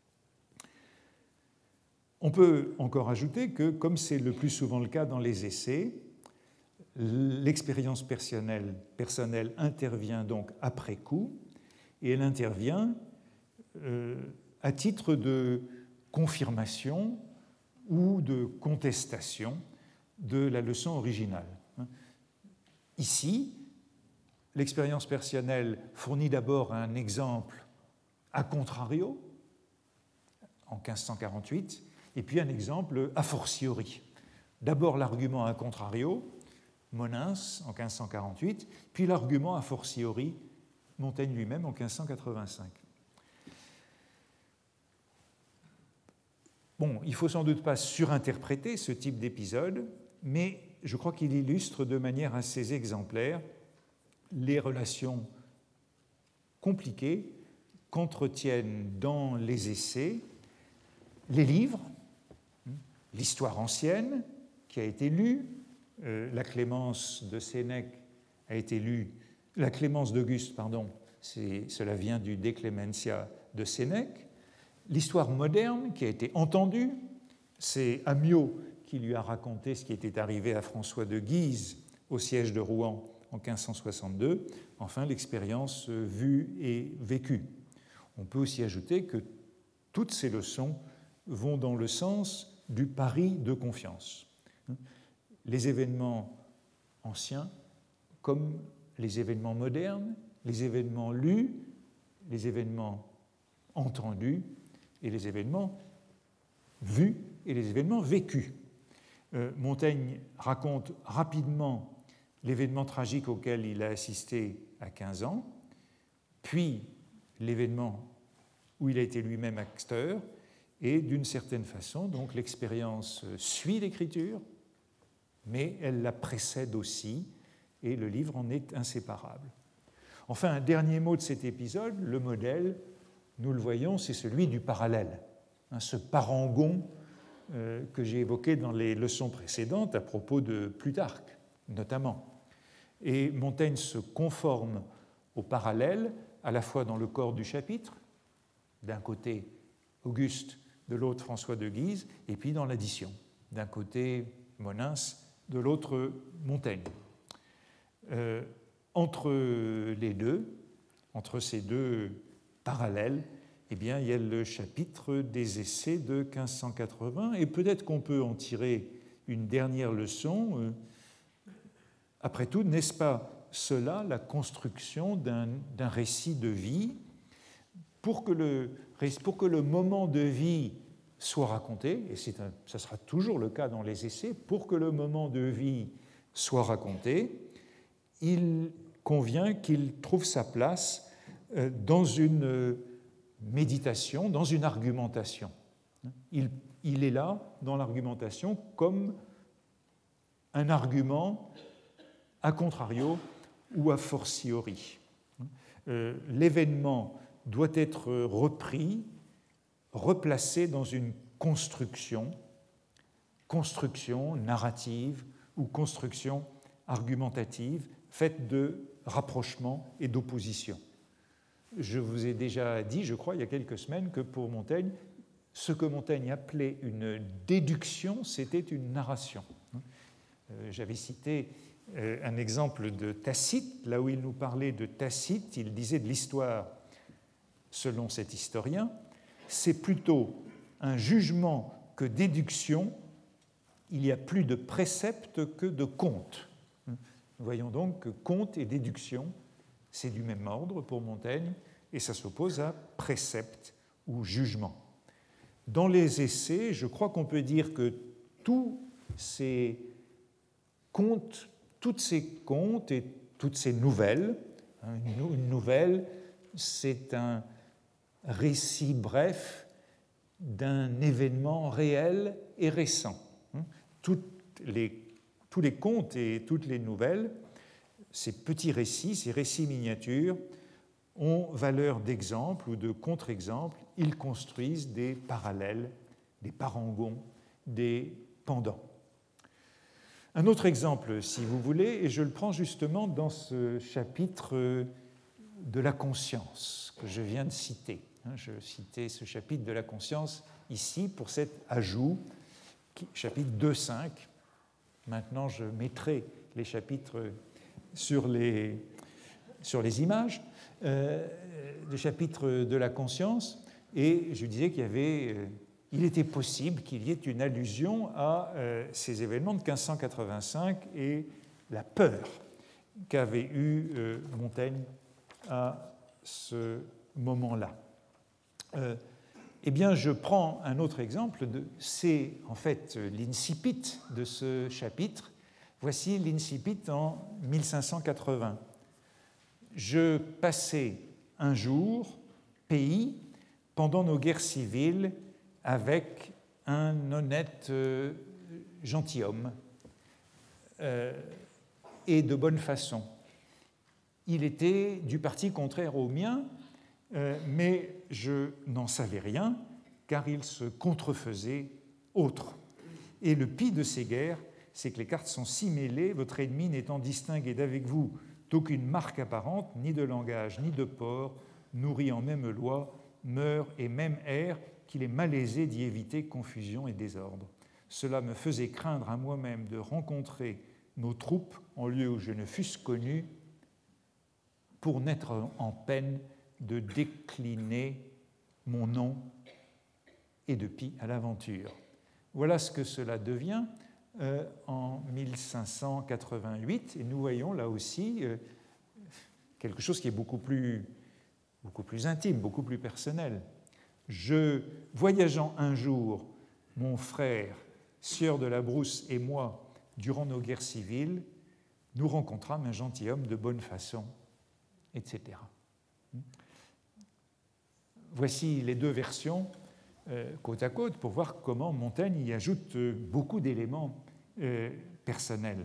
On peut encore ajouter que, comme c'est le plus souvent le cas dans les essais, l'expérience personnelle, personnelle intervient donc après coup, et elle intervient euh, à titre de confirmation ou de contestation de la leçon originale. Ici, l'expérience personnelle fournit d'abord un exemple a contrario, en quinze cent quarante-huit, et puis un exemple a fortiori. D'abord l'argument a contrario, Monins en quinze cent quarante-huit, puis l'argument a fortiori, Montaigne lui-même en quinze cent quatre-vingt-cinq. Bon, il ne faut sans doute pas surinterpréter ce type d'épisode, mais je crois qu'il illustre de manière assez exemplaire les relations compliquées qu'entretiennent dans les essais les livres, l'histoire ancienne qui a été lue, euh, la Clémence de Sénèque a été lue, la Clémence d'Auguste, pardon, c'est, cela vient du De Clementia de Sénèque, l'histoire moderne qui a été entendue, c'est Amyot qui lui a raconté ce qui était arrivé à François de Guise au siège de Rouen en quinze cent soixante-deux, enfin l'expérience vue et vécue. On peut aussi ajouter que toutes ces leçons vont dans le sens du pari de confiance. Les événements anciens, comme les événements modernes, les événements lus, les événements entendus et les événements vus et les événements vécus. Euh, Montaigne raconte rapidement l'événement tragique auquel il a assisté à quinze ans, puis l'événement où il a été lui-même acteur, et d'une certaine façon, donc l'expérience suit l'écriture, mais elle la précède aussi, et le livre en est inséparable. Enfin, un dernier mot de cet épisode, le modèle, nous le voyons, c'est celui du parallèle, hein, ce parangon euh, que j'ai évoqué dans les leçons précédentes à propos de Plutarque, notamment. Et Montaigne se conforme au parallèle, à la fois dans le corps du chapitre, d'un côté Auguste, de l'autre François de Guise, et puis dans l'addition, d'un côté Monins, de l'autre Montaigne. Euh, entre les deux, entre ces deux parallèles, eh bien, il y a le chapitre des essais de quinze cent quatre-vingts, et peut-être qu'on peut en tirer une dernière leçon. Après tout, n'est-ce pas cela la construction d'un, d'un récit de vie? Pour que, le, pour que le moment de vie soit raconté, et c'est un, ça sera toujours le cas dans les essais, pour que le moment de vie soit raconté, il convient qu'il trouve sa place dans une méditation, dans une argumentation. Il, il est là dans l'argumentation comme un argument a contrario ou a fortiori. Euh, l'événement doit être repris, replacé dans une construction, construction narrative ou construction argumentative, faite de rapprochement et d'opposition. Je vous ai déjà dit, je crois, il y a quelques semaines, que pour Montaigne, ce que Montaigne appelait une déduction, c'était une narration. Euh, j'avais cité euh, un exemple de Tacite, là où il nous parlait de Tacite, il disait de l'histoire, selon cet historien, c'est plutôt un jugement que déduction, il y a plus de préceptes que de contes. Nous voyons donc que conte et déduction, c'est du même ordre pour Montaigne, et ça s'oppose à précepte ou jugement. Dans les essais, je crois qu'on peut dire que tous ces contes, toutes ces contes et toutes ces nouvelles, une nouvelle, c'est un récit bref d'un événement réel et récent. Toutes les, tous les contes et toutes les nouvelles, ces petits récits, ces récits miniatures, ont valeur d'exemple ou de contre-exemple. Ils construisent des parallèles, des parangons, des pendants. Un autre exemple, si vous voulez, et je le prends justement dans ce chapitre de la conscience que je viens de citer. Je citais ce chapitre de la conscience ici pour cet ajout, chapitre deux cinq. Maintenant, je mettrai les chapitres sur les, sur les images, euh, le chapitre de la conscience, et je disais qu'il y avait, euh, il était possible qu'il y ait une allusion à euh, ces événements de quinze cent quatre-vingt-cinq et la peur qu'avait eue euh, Montaigne à ce moment-là. Euh, eh bien, je prends un autre exemple, de, c'est en fait l'incipit de ce chapitre. Voici l'incipit en mille cinq cent quatre-vingts. Je passais un jour, pays, pendant nos guerres civiles, avec un honnête euh, gentilhomme euh, et de bonne façon. Il était du parti contraire au mien, euh, mais je n'en savais rien, car il se contrefaisait autre. Et le pis de ces guerres, c'est que les cartes sont si mêlées, votre ennemi n'étant distingué d'avec vous d'aucune marque apparente, ni de langage, ni de port, nourri en même loi, meurt et même air, qu'il est malaisé d'y éviter confusion et désordre. Cela me faisait craindre à moi-même de rencontrer nos troupes en lieu où je ne fusse connu, pour n'être en peine de décliner mon nom et de pis à l'aventure. Voilà ce que cela devient euh, en mille cinq cent quatre-vingt-huit, et nous voyons là aussi euh, quelque chose qui est beaucoup plus, beaucoup plus intime, beaucoup plus personnel. Je, voyageant un jour, mon frère, sieur de la Brousse et moi, durant nos guerres civiles, nous rencontrâmes un gentilhomme de bonne façon, et cetera. Voici les deux versions euh, côte à côte pour voir comment Montaigne y ajoute euh, beaucoup d'éléments euh, personnels.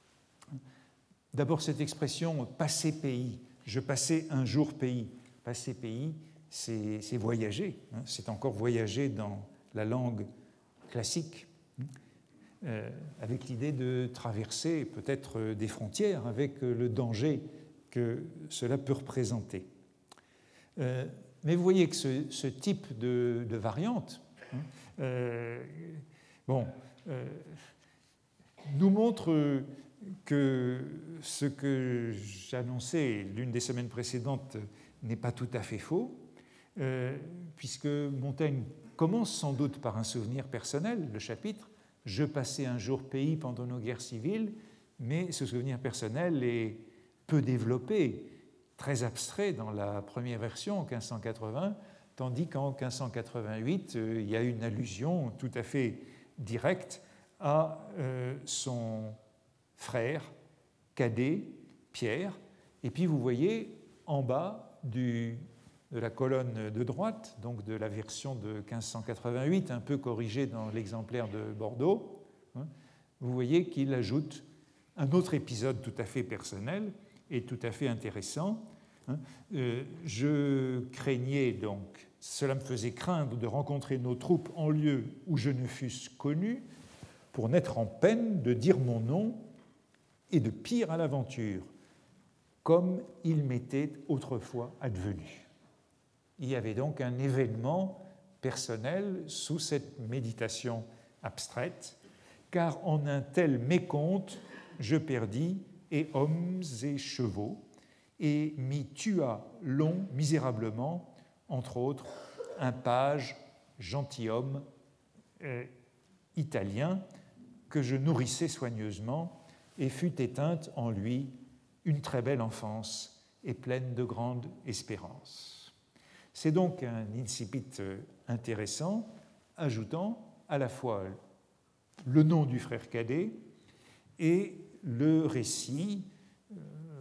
D'abord cette expression « passer pays », je passais un jour pays. Passer pays, c'est, c'est voyager, hein, c'est encore voyager dans la langue classique, euh, avec l'idée de traverser peut-être des frontières, avec le danger que cela peut représenter. Euh, mais vous voyez que ce, ce type de, de variante hein, euh, bon, euh, nous montre que ce que j'annonçais l'une des semaines précédentes n'est pas tout à fait faux, euh, puisque Montaigne commence sans doute par un souvenir personnel, le chapitre « Je passais un jour pays pendant nos guerres civiles », mais ce souvenir personnel est peu développé, très abstrait dans la première version en quinze cent quatre-vingts, tandis qu'en quinze cent quatre-vingt-huit, euh, il y a une allusion tout à fait directe à euh, son frère cadet, Pierre, et puis vous voyez en bas du, de la colonne de droite, donc de la version de quinze cent quatre-vingt-huit, un peu corrigée dans l'exemplaire de Bordeaux, hein, vous voyez qu'il ajoute un autre épisode tout à fait personnel et tout à fait intéressant. Hein. Euh, je craignais donc, cela me faisait craindre de rencontrer nos troupes en lieu où je ne fusse connu, pour n'être en peine de dire mon nom et de pire à l'aventure, comme il m'était autrefois advenu. Il y avait donc un événement personnel sous cette méditation abstraite, car en un tel mécompte, je perdis et hommes et chevaux, et m'y tua long, misérablement, entre autres, un page gentilhomme euh, italien que je nourrissais soigneusement, et fut éteinte en lui une très belle enfance et pleine de grande espérance. C'est donc un incipit intéressant, ajoutant à la fois le nom du frère cadet et le récit, euh,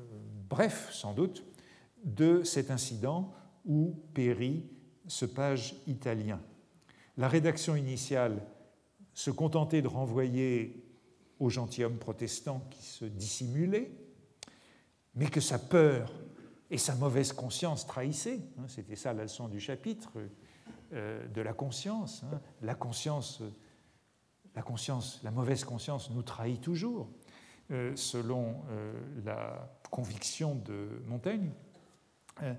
bref sans doute, de cet incident où périt ce page italien. La rédaction initiale se contentait de renvoyer au gentilhomme protestant qui se dissimulait, mais que sa peur et sa mauvaise conscience trahissaient. C'était ça la leçon du chapitre, euh, de la conscience. La conscience, la conscience, la mauvaise conscience nous trahit toujours, euh, selon euh, la conviction de Montaigne. Euh,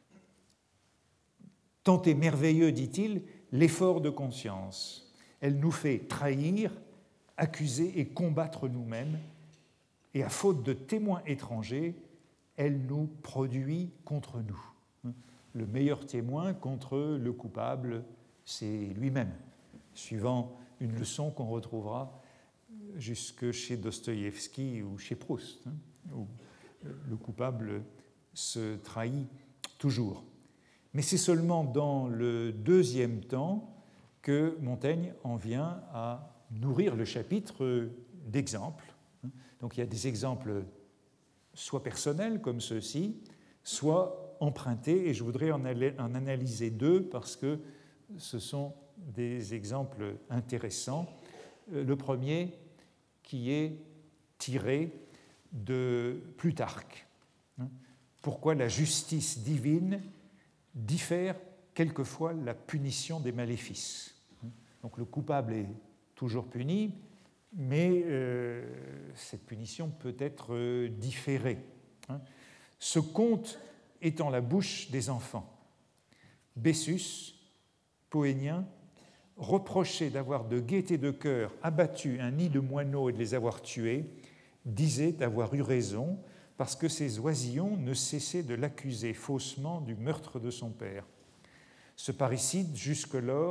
Tant est merveilleux, dit-il, l'effort de conscience. Elle nous fait trahir, accuser et combattre nous-mêmes, et à faute de témoins étrangers, elle nous produit contre nous. Le meilleur témoin contre le coupable, c'est lui-même, suivant une leçon qu'on retrouvera jusque chez Dostoïevski ou chez Proust, où le coupable se trahit toujours. Mais c'est seulement dans le deuxième temps que Montaigne en vient à nourrir le chapitre d'exemples. Donc il y a des exemples soit personnels comme ceux-ci, soit empruntés, et je voudrais en analyser deux parce que ce sont des exemples intéressants. Le premier qui est tiré de Plutarque. Pourquoi la justice divine diffère quelquefois la punition des maléfices. Donc le coupable est toujours puni, mais euh, cette punition peut être euh, différée. Hein. Ce conte est en la bouche des enfants. Bessus, poénien, reproché d'avoir de gaieté de cœur abattu un nid de moineaux et de les avoir tués, disait avoir eu raison parce que ses oisillons ne cessaient de l'accuser faussement du meurtre de son père. Ce parricide, jusque-lors,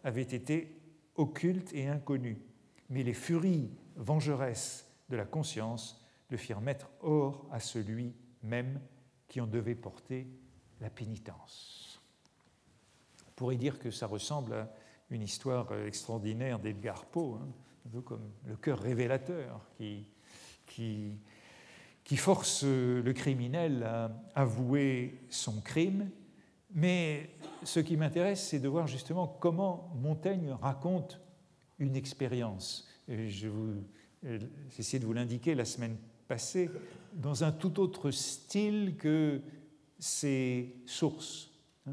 avait été occulte et inconnue, mais les furies vengeresses de la conscience le firent mettre hors à celui même qui en devait porter la pénitence. On pourrait dire que ça ressemble à une histoire extraordinaire d'Edgar Poe, hein, un peu comme le cœur révélateur qui, qui, qui force le criminel à avouer son crime. Mais ce qui m'intéresse, c'est de voir justement comment Montaigne raconte une expérience. Je vous, j'ai essayé de vous l'indiquer la semaine passée, dans un tout autre style que ses sources, hein,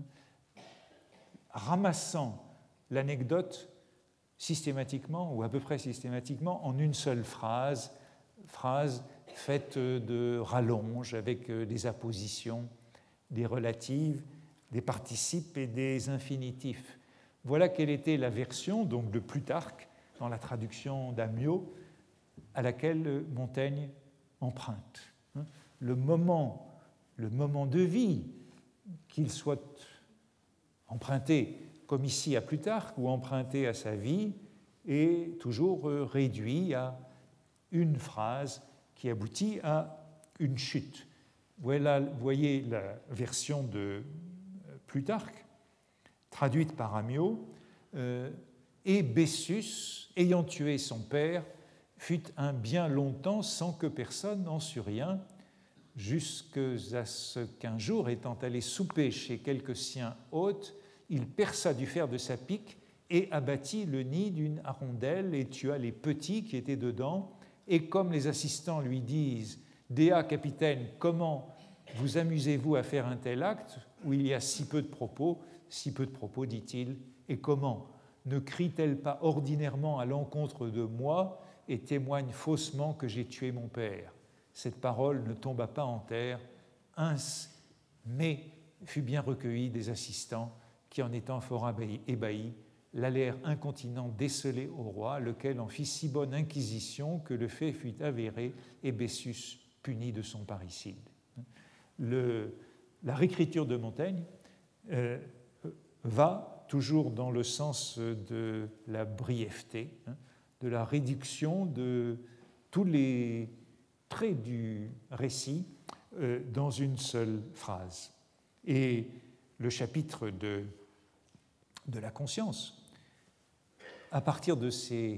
ramassant l'anecdote systématiquement, ou à peu près systématiquement, en une seule phrase, phrase faite de rallonges avec des appositions, des relatives, des participes et des infinitifs. Voilà quelle était la version donc, de Plutarque dans la traduction d'Amyot à laquelle Montaigne emprunte. Le moment, le moment de vie, qu'il soit emprunté comme ici à Plutarque ou emprunté à sa vie, est toujours réduit à une phrase qui aboutit à une chute. Voilà, vous voyez la version de Plutarque, traduite par Amyot, euh, et Bessus, ayant tué son père, fut un bien longtemps sans que personne n'en sût rien, jusqu'à ce qu'un jour, étant allé souper chez quelques siens hôtes, il perça du fer de sa pique et abattit le nid d'une hirondelle et tua les petits qui étaient dedans. Et comme les assistants lui disent « Dea, capitaine, comment vous amusez-vous à faire un tel acte où il y a si peu de propos ?» Si peu de propos, dit-il, et comment ne crie-t-elle pas ordinairement à l'encontre de moi et témoigne faussement que j'ai tué mon père? Cette parole ne tomba pas en terre, ins, mais fut bien recueillie des assistants qui, en étant fort ébahis, l'allèrent incontinent déceler au roi, lequel en fit si bonne inquisition que le fait fut avéré et Bessus puni de son parricide. Le, la réécriture de Montaigne euh, va toujours dans le sens de la brièveté, hein, de la réduction de tous les traits du récit euh, dans une seule phrase. Et le chapitre de, de la conscience, à partir de, ces,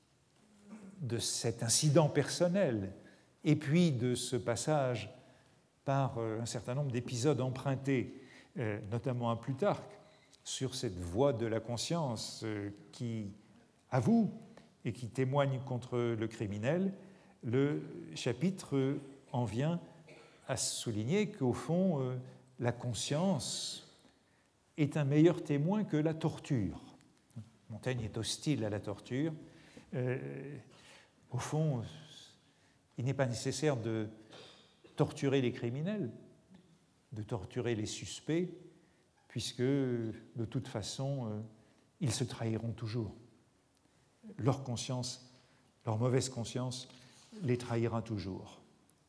de cet incident personnel et puis de ce passage par un certain nombre d'épisodes empruntés, euh, notamment à Plutarque, sur cette voie de la conscience euh, qui avoue et qui témoigne contre le criminel, le chapitre en vient à souligner qu'au fond, euh, la conscience est un meilleur témoin que la torture. Montaigne est hostile à la torture. Euh, au fond, il n'est pas nécessaire de torturer les criminels, de torturer les suspects, puisque de toute façon, euh, ils se trahiront toujours. Leur conscience, leur mauvaise conscience, les trahira toujours.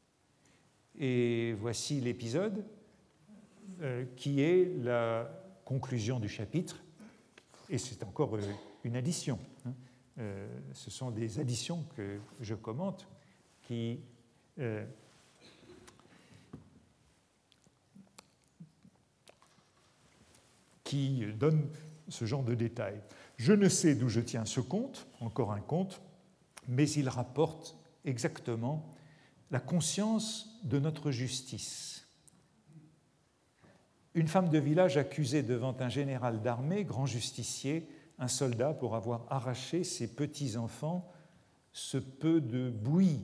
Et voici l'épisode euh, qui est la conclusion du chapitre, et c'est encore euh, une addition. Hein. Euh, ce sont des additions que je commente qui euh, qui donne ce genre de détails. Je ne sais d'où je tiens ce conte, encore un conte, mais il rapporte exactement la conscience de notre justice. Une femme de village accusée devant un général d'armée, grand justicier, un soldat pour avoir arraché ses petits-enfants ce peu de bouillie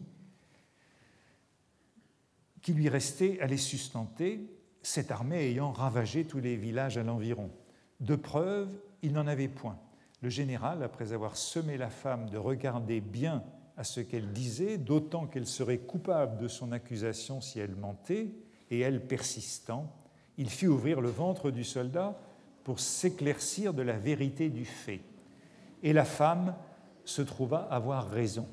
qui lui restait à les sustenter, cette armée ayant ravagé tous les villages à l'environ. De preuve, il n'en avait point. Le général, après avoir sommé la femme de regarder bien à ce qu'elle disait, d'autant qu'elle serait coupable de son accusation si elle mentait, et elle persistant, il fit ouvrir le ventre du soldat pour s'éclaircir de la vérité du fait. Et la femme se trouva avoir raison.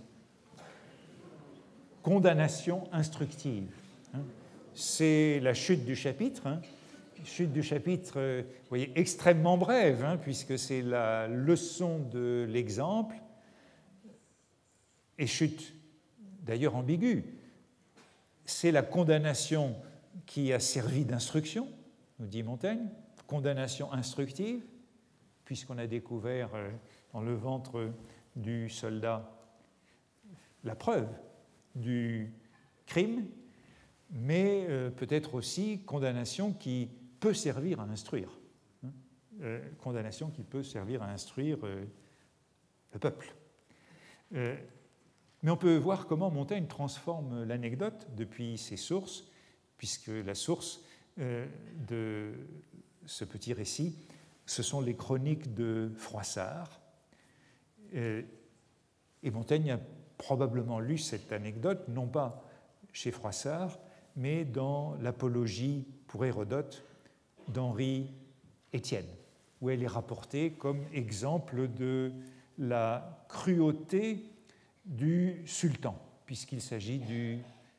Condamnation instructive. C'est la chute du chapitre, hein, chute du chapitre, vous voyez, extrêmement brève, hein, puisque c'est la leçon de l'exemple, et chute d'ailleurs ambiguë. C'est la condamnation qui a servi d'instruction, nous dit Montaigne, condamnation instructive, puisqu'on a découvert dans le ventre du soldat la preuve du crime, mais euh, peut-être aussi condamnation qui peut servir à instruire. Hein, euh, condamnation qui peut servir à instruire euh, le peuple. Euh, mais on peut voir comment Montaigne transforme l'anecdote depuis ses sources, puisque la source euh, de ce petit récit, ce sont les chroniques de Froissart. Euh, et Montaigne a probablement lu cette anecdote, non pas chez Froissart, mais dans l'Apologie pour Hérodote d'Henri Étienne, où elle est rapportée comme exemple de la cruauté du sultan, puisqu'il s'agit du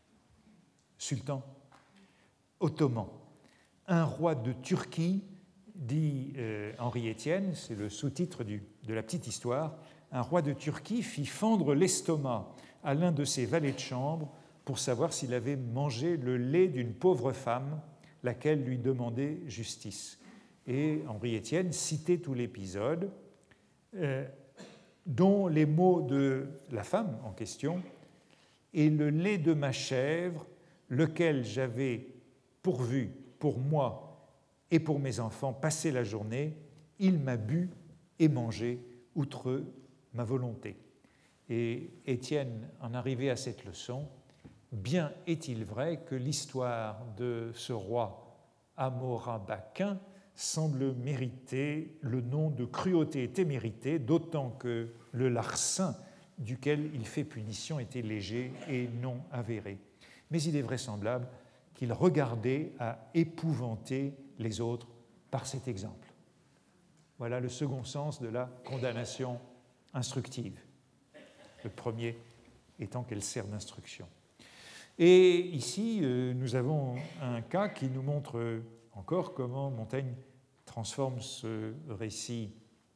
sultan ottoman. Un roi de Turquie, dit euh, Henri Étienne, c'est le sous-titre du, de la petite histoire, un roi de Turquie fit fendre l'estomac à l'un de ses valets de chambre pour savoir s'il avait mangé le lait d'une pauvre femme, laquelle lui demandait justice. Et Henri Étienne citait tout l'épisode, euh, dont les mots de la femme en question « Et le lait de ma chèvre, lequel j'avais pourvu pour moi et pour mes enfants passer la journée, il m'a bu et mangé outre ma volonté. » Et Étienne en arrivait à cette leçon. Bien est-il vrai que l'histoire de ce roi amorabaquin semble mériter le nom de cruauté témérité, d'autant que le larcin duquel il fait punition était léger et non avéré. Mais il est vraisemblable qu'il regardait à épouvanter les autres par cet exemple. Voilà le second sens de la condamnation instructive. Le premier étant qu'elle sert d'instruction. Et ici, nous avons un cas qui nous montre encore comment Montaigne transforme ce récit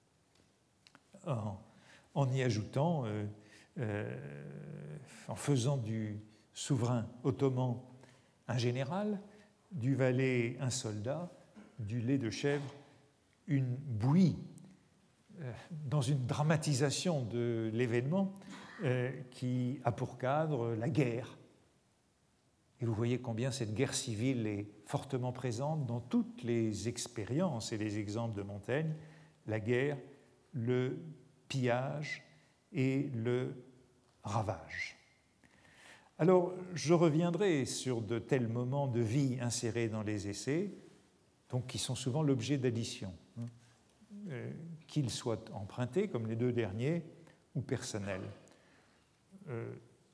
en, en y ajoutant, euh, euh, en faisant du souverain ottoman un général, du valet un soldat, du lait de chèvre une bouillie, euh, dans une dramatisation de l'événement euh, qui a pour cadre la guerre. Et vous voyez combien cette guerre civile est fortement présente dans toutes les expériences et les exemples de Montaigne, la guerre, le pillage et le ravage. Alors, je reviendrai sur de tels moments de vie insérés dans les essais, donc qui sont souvent l'objet d'additions, hein, euh, qu'ils soient empruntés, comme les deux derniers, ou personnels. Euh,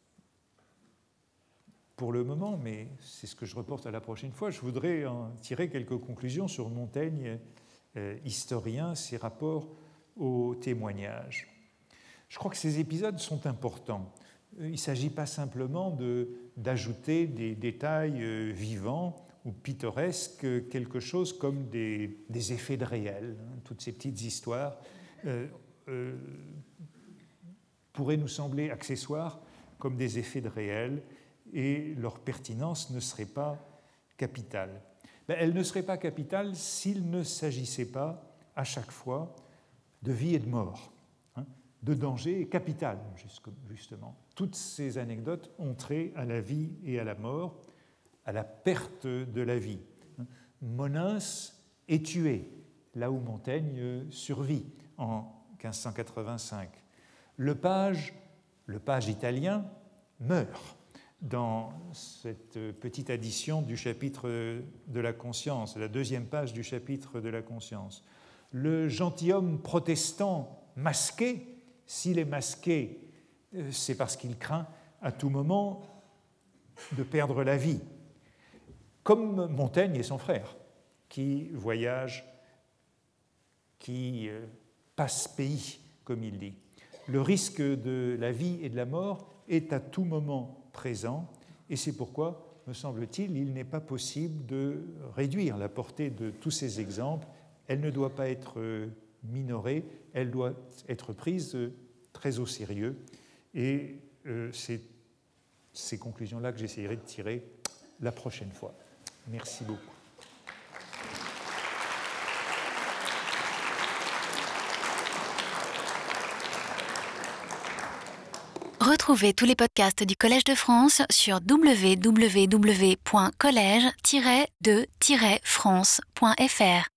Pour le moment, mais c'est ce que je reporte à la prochaine fois, je voudrais en tirer quelques conclusions sur Montaigne, euh, historien, ses rapports au témoignage. Je crois que ces épisodes sont importants. Il ne s'agit pas simplement de, d'ajouter des détails euh, vivants ou pittoresques, quelque chose comme des, des effets de réel. Hein, toutes ces petites histoires euh, euh, pourraient nous sembler accessoires comme des effets de réel, et leur pertinence ne serait pas capitale. Ben, elle ne serait pas capitale s'il ne s'agissait pas, à chaque fois, de vie et de mort, hein, de danger capital, justement. Toutes ces anecdotes ont trait à la vie et à la mort, à la perte de la vie. Monins est tué, là où Montaigne survit en quinze cent quatre-vingt-cinq. Le page, le page italien meurt dans cette petite addition du chapitre de la conscience, la deuxième page du chapitre de la conscience. Le gentilhomme protestant masqué, s'il est masqué, c'est parce qu'il craint à tout moment de perdre la vie, comme Montaigne et son frère, qui voyagent, qui passent pays, comme il dit. Le risque de la vie et de la mort est à tout moment présent, et c'est pourquoi me semble-t-il, il n'est pas possible de réduire la portée de tous ces exemples. Elle ne doit pas être minorée, elle doit être prise très au sérieux. Et euh, c'est ces conclusions-là que j'essaierai de tirer la prochaine fois. Merci beaucoup. Retrouvez tous les podcasts du Collège de France sur w w w point collège tiret de tiret france point f r.